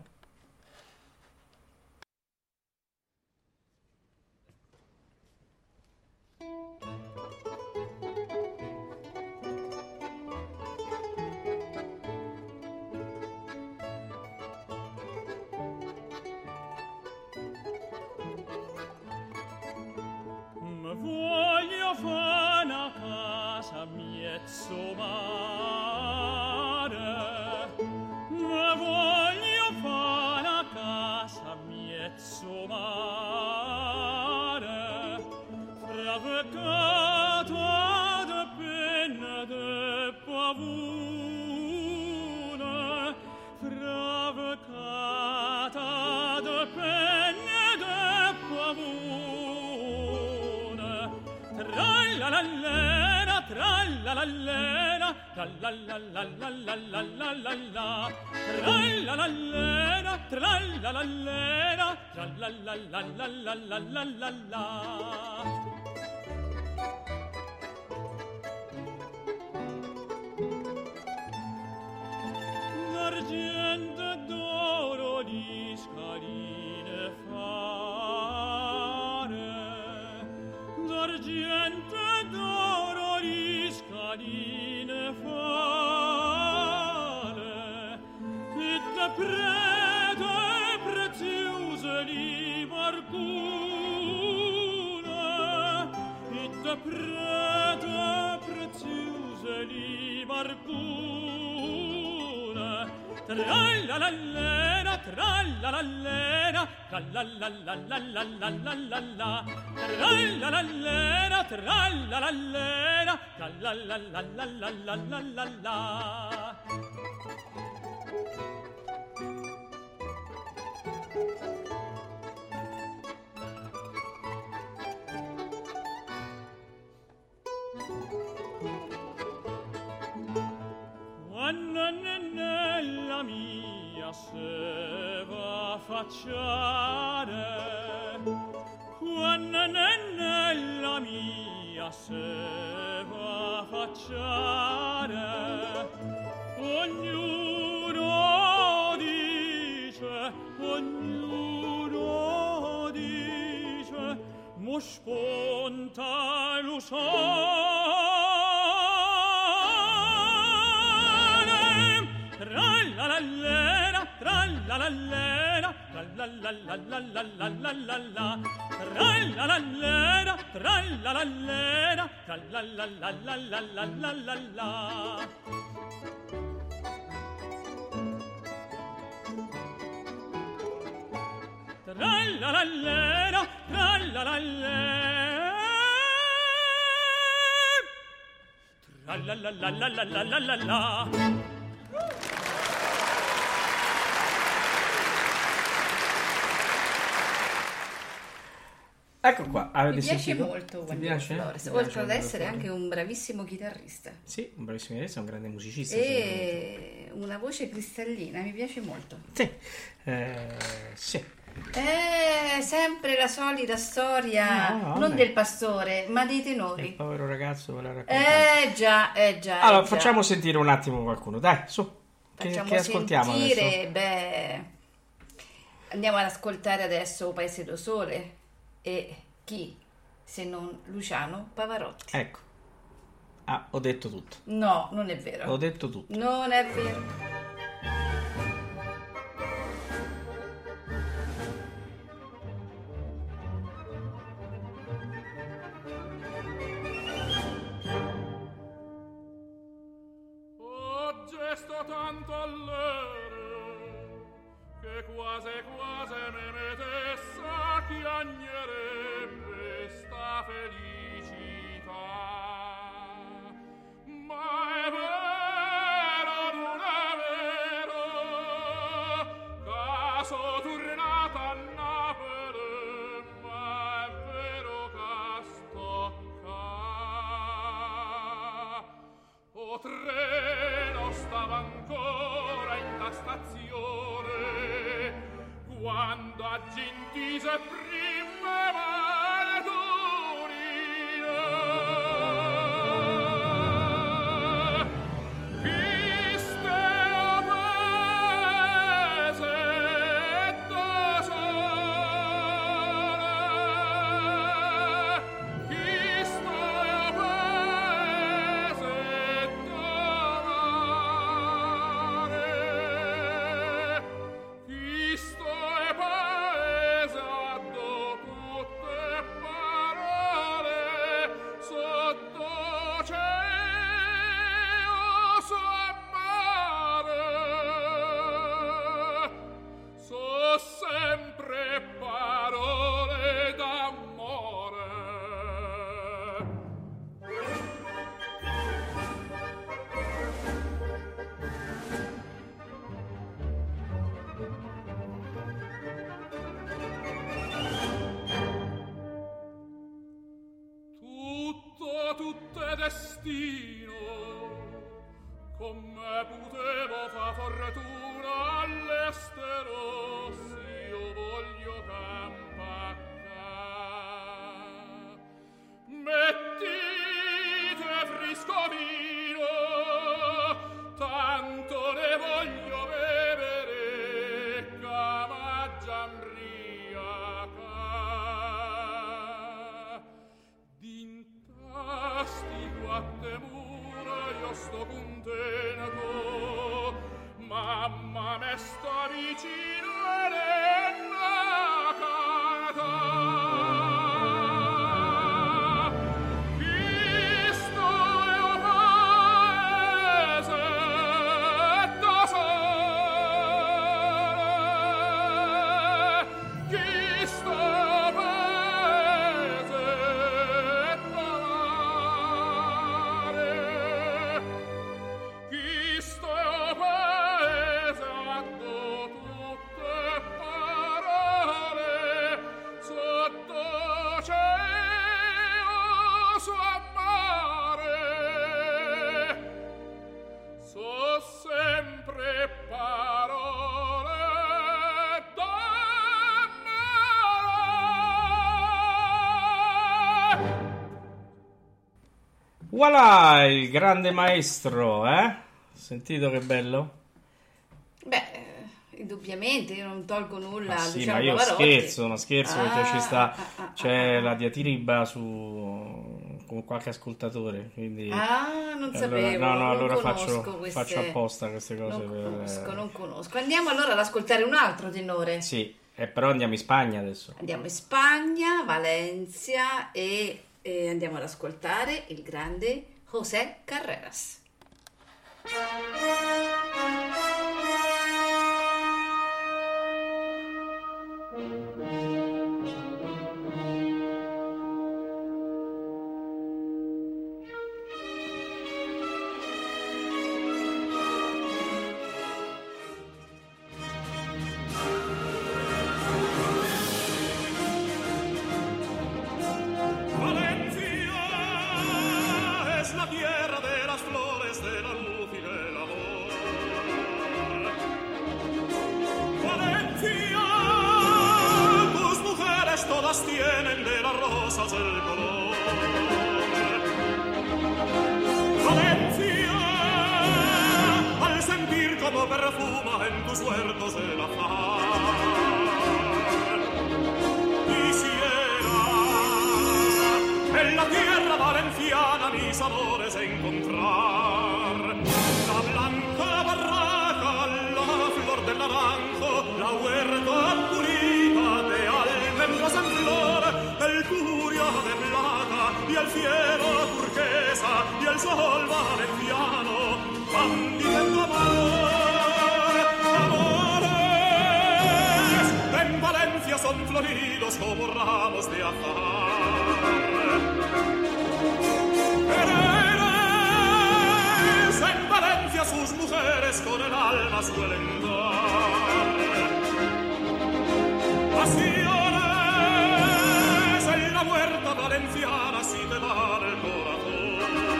Ma voglio fa' una casa miezzo mare, ma voglio fa' una casa miezzo mare, fravecata de pena de pavone, fravecata de pena de pavone. Trallalallera, trallalallera, trallalalalalalalalala. Trallalallera, trallalallera, trallalalalalalalalala. D'argento e d'oro di scaline fare, d'argento e d'oro di scaline fare, e da prete preziose di barcune, e da prete preziose di barcune. Trallalallera, trallalallera, trallalalalalalalalala. Trallalallera, trallalallera, trallalalalalalalalala. Quando nella mia se va a facciare, quando nella mia se va a facciare, ognuno dice, mo sponta Trallalallera, trallalallera, trallalalalalalalalala. Trallalallera, trallalallera, trallalalalalalalalala. Trallalallera, trallalallera. Trallalalalalalalalala. Ecco qua, avete Mi piace sentito? molto Ti Juan piace? Flores, Ti oltre piace ad Juan essere Flores? anche un bravissimo chitarrista Sì, un bravissimo chitarrista, un grande musicista. sicuramente. e una voce cristallina, mi piace molto. Sì, sì. Sempre la solita storia, No, non vabbè. del pastore, ma dei Il tenori. povero ragazzo ve l'ha raccontato. Già. Allora, già. facciamo sentire un attimo qualcuno, dai, su. Facciamo che ascoltiamo sentire, adesso? andiamo ad ascoltare adesso Paese do Sole e chi se non Luciano Pavarotti. Ecco. Ah, ho detto tutto. No, non è vero. Ho detto tutto. Non è vero. Oh, gesto tanto all'ere che quasi me metessa a piagnerebbe sta felicità. Ma è vero, non è gintise prime maledurie. Viste obese tosare, viste obese torare, visto e paese addo tutte parole sotto cielo su mare, so sempre parole d'amore. Tutto è destino, come potevo fa fortuna all'estero, s'io voglio campacca. Mettite frisco vino, tanto ne voglio bevere, camaggia ambriaca. D'intasti quatte mura io sto contento, mamma me sta vicino ed è nacata. Visto e paese tosare, visto e paese torare, visto e paese addo tutte parole sotto cielo su mare, so sempre parole d'amore. Voilà, il grande maestro, eh? Sentito che bello? Beh, indubbiamente io non tolgo nulla Ah, a sì, Luciano ma io Pavarotti. scherzo, perché ci sta, c'è la diatriba con qualche ascoltatore, quindi Non allora, sapevo, no, non allora conosco faccio apposta queste cose Non conosco. Andiamo allora ad ascoltare un altro tenore. Sì, però andiamo in Spagna adesso. Andiamo in Spagna, Valencia e andiamo ad ascoltare il grande José Carreras. Valencia es la tierra de las flores, de la luz y del amor. Valencia, tus mujeres todas tienen de las rosas el color. Valencia, al sentir como perfuma en tus huertos el azar, quisiera en la tierra valenciana mis amores encontrar. La blanca barraca, la flor del naranjo, la huerta purita de almendras en flor, el turia de plata y el cielo turquesa y el sol valenciano van diciendo amor, amores en Valencia son floridos como ramos de azahar. Quereres en Valencia sus mujeres con el alma suelen dar. Pasiones en la huerta valenciana si te dan el corazón.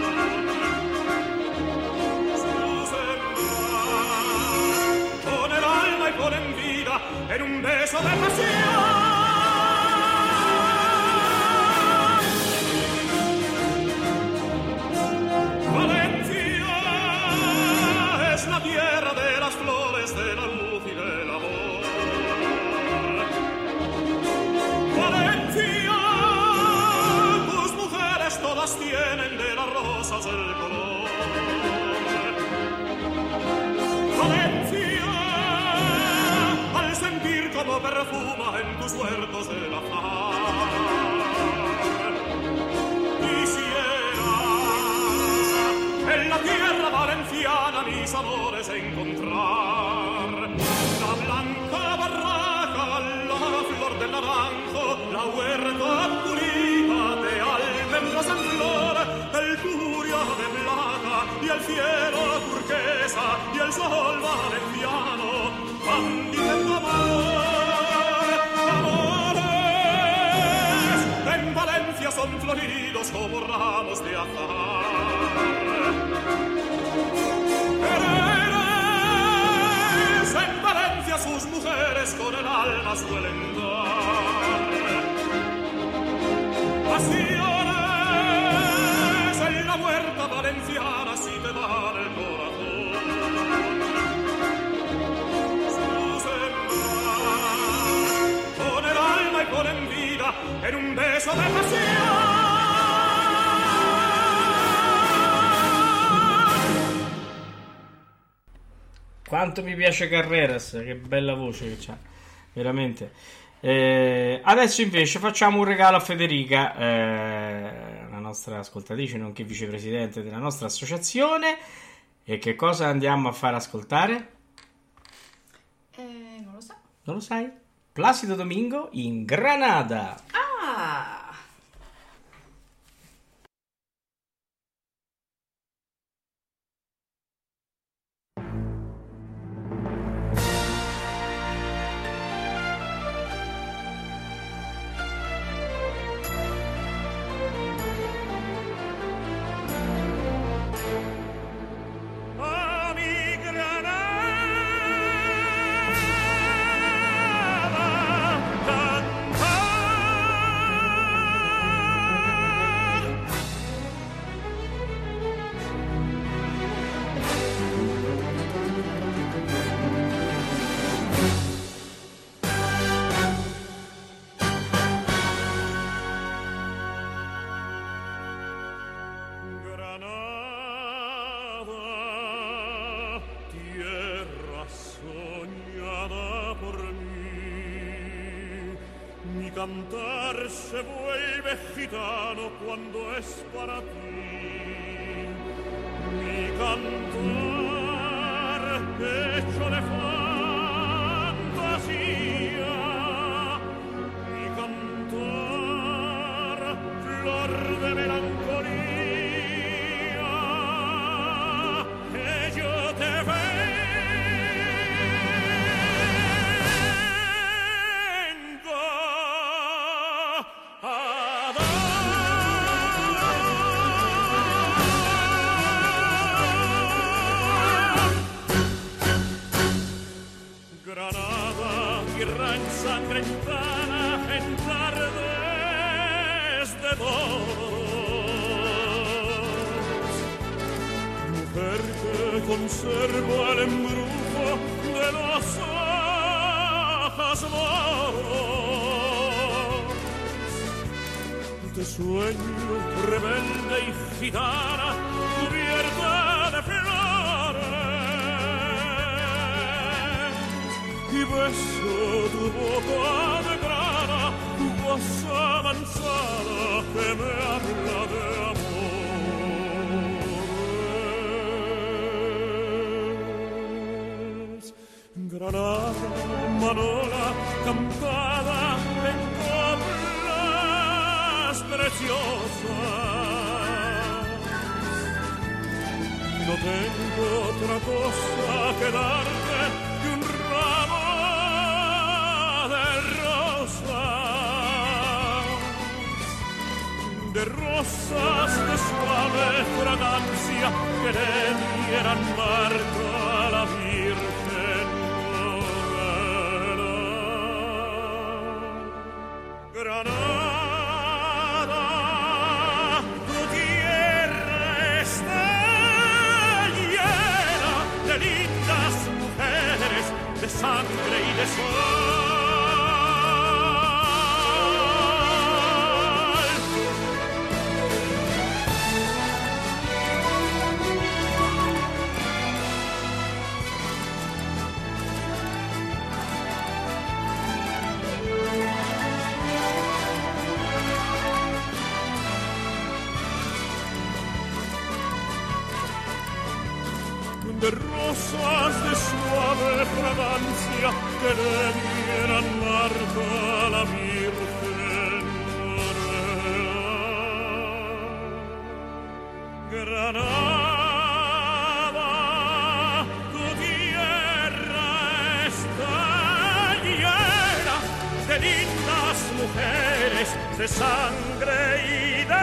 Su sembrar con el alma y ponen vida en un beso de pasión. enciende las rosas el color. Valencia, al sentir como perfuma en tus huertos el azar, quisiera en la tierra valenciana mis amores encontrar. La blanca barraca, la flor del naranjo, la huerta purita de almendras en flor, el turio de plata y el cielo turquesa y el sol valenciano van diciendo amor, amores. En Valencia son floridos como ramos de azahar. En Valencia sus mujeres con el alma suelen dar pasiones en la huerta valenciana si te dan el corazón. Su sembrar con el alma y con en vida en un beso de pasión. Quanto mi piace Carreras, che bella voce che c'ha, veramente. Adesso invece facciamo un regalo a Federica, la nostra ascoltatrice, nonché vicepresidente della nostra associazione. E che cosa andiamo a far ascoltare? Non lo so. Non lo sai? Placido Domingo in Granada. Ah! Cantar se vuelve gitano cuando es para ti. Mi cantar hecho de fantasía. Mi cantar flor de melancolía. Que yo te ensangrentada en tardes de dos, mujer que conserva el embrujo de los ojos moros, de sueño rebelde y gitana cubierta de flores, y beso tu boca de grana, tu voz avanzada que me habla de amores. Granada, Manola, cantada en coplas preciosas. No tengo otra cosa que darte que un ramo de rosas de suave fragancia que le dieran marca a la Virgen Granada, tu tierra está llena de lindas mujeres, de sangre y de sol. de rosas de suave fragancia que le dieran Marta a la Virgen María. Granada, tu tierra está llena de lindas mujeres, de sangre y de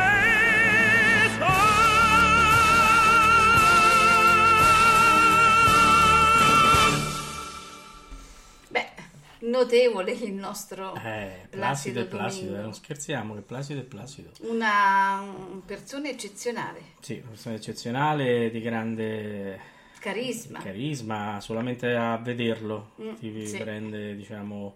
notevole il nostro Placido e Domingo. Placido, non scherziamo, che Placido e Placido. Una persona eccezionale, Sì, una persona eccezionale, di grande carisma. solamente a vederlo ti sì. prende, diciamo,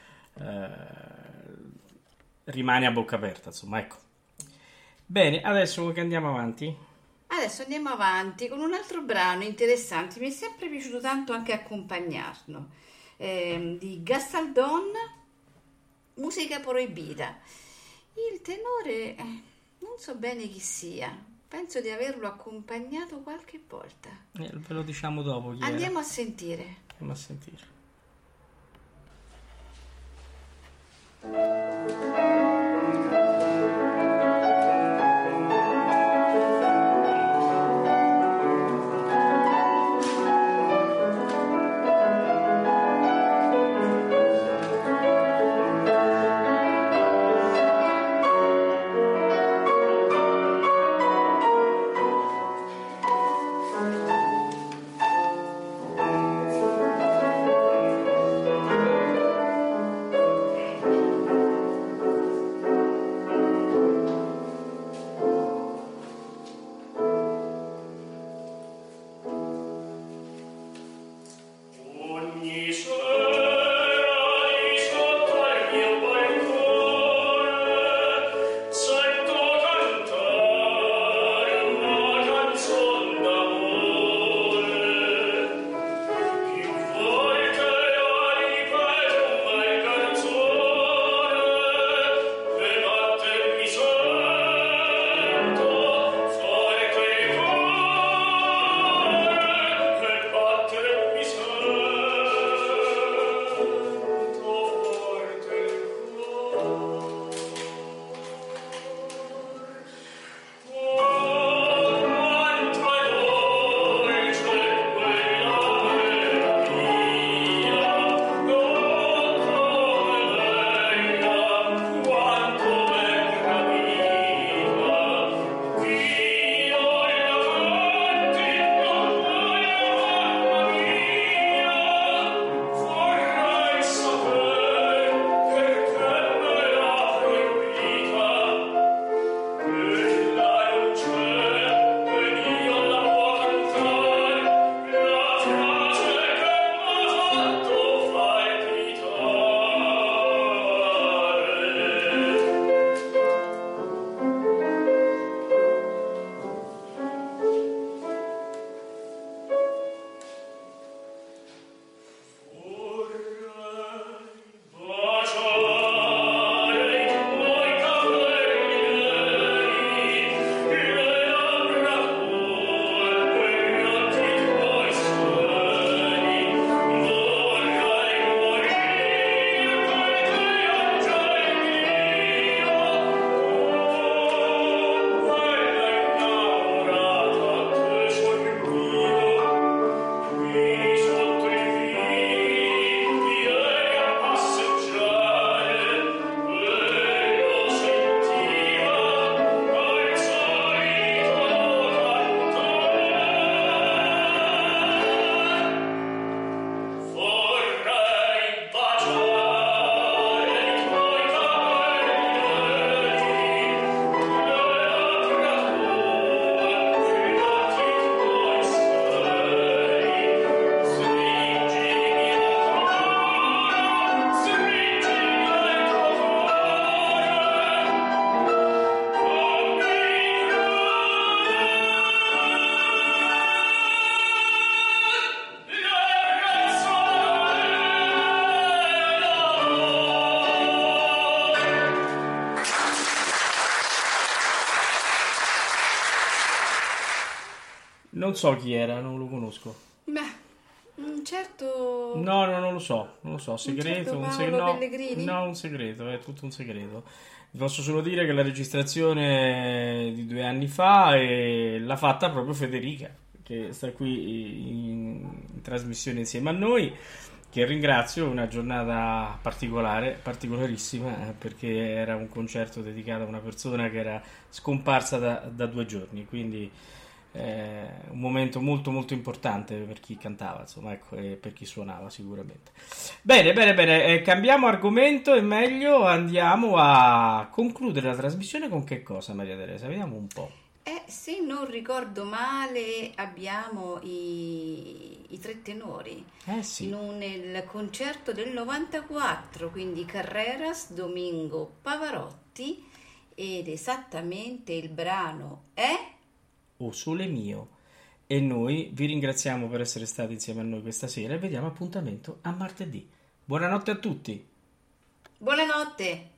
rimane a bocca aperta, insomma, ecco. Bene, adesso che andiamo avanti? Adesso andiamo avanti con un altro brano interessante, mi è sempre piaciuto tanto anche accompagnarlo, di Gastaldon, Musica proibita. Il tenore non so bene chi sia, penso di averlo accompagnato qualche volta. Ve lo diciamo dopo chi era. Andiamo a sentire. Andiamo a sentire. Non so chi era, non lo conosco. Beh, un certo... No, non lo so, segreto, Un certo Paolo Pellegrini? No, un segreto, è tutto un segreto. Vi posso solo dire che la registrazione è di 2 anni fa e l'ha fatta proprio Federica, che sta qui in trasmissione insieme a noi, che ringrazio, una giornata particolare, particolarissima, perché era un concerto dedicato a una persona che era scomparsa da 2 giorni, quindi un momento molto molto importante per chi cantava, insomma, ecco, e per chi suonava sicuramente. Bene, cambiamo argomento e meglio andiamo a concludere la trasmissione con che cosa, Maria Teresa? Vediamo un po'. Se non ricordo male, abbiamo i 3 tenori Sì. nel concerto del 94, quindi Carreras, Domingo, Pavarotti, ed esattamente il brano è O Sole Mio. E noi vi ringraziamo per essere stati insieme a noi questa sera e vediamo appuntamento a martedì. Buonanotte a tutti. Buonanotte.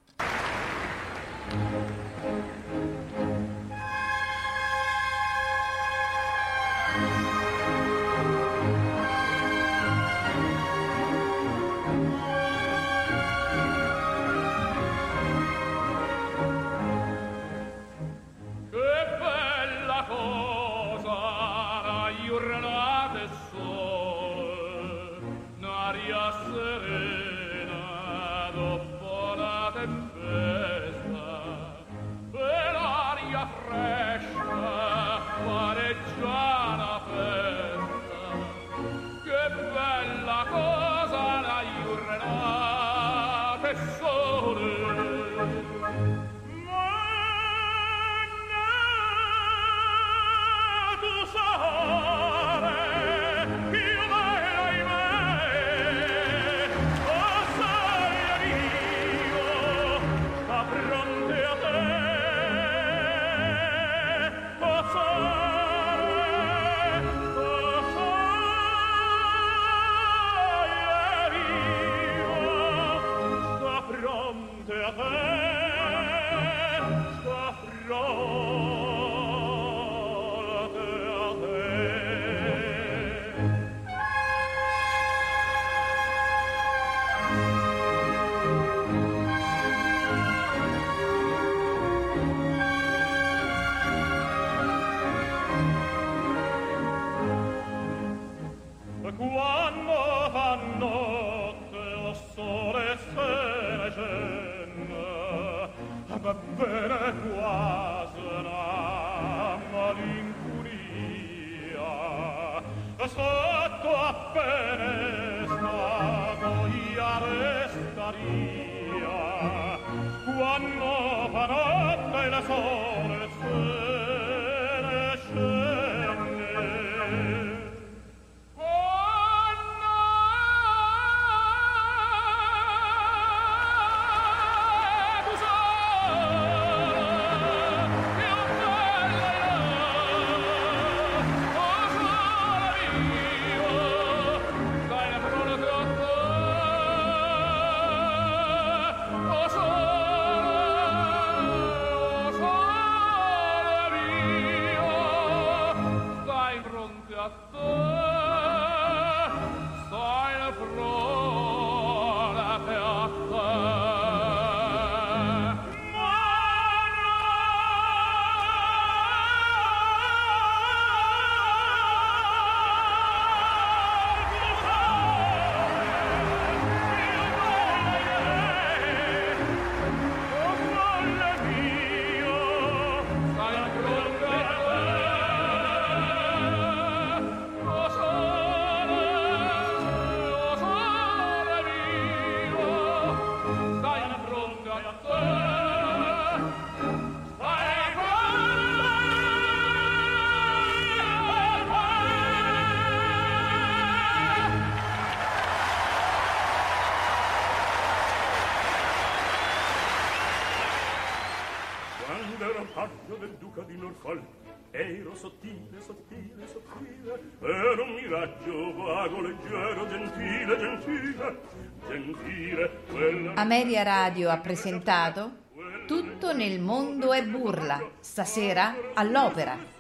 Del duca di Norfolk ero sottile, sottile, sottile, ero un miraggio vago, leggero, gentile, gentile, gentile. Ameria Radio ha presentato Tutto nel mondo è burla, stasera all'Opera,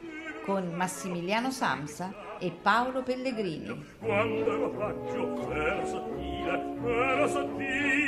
con Massimiliano Samsa e Paolo Pellegrini. Quando ero raggio era sottile,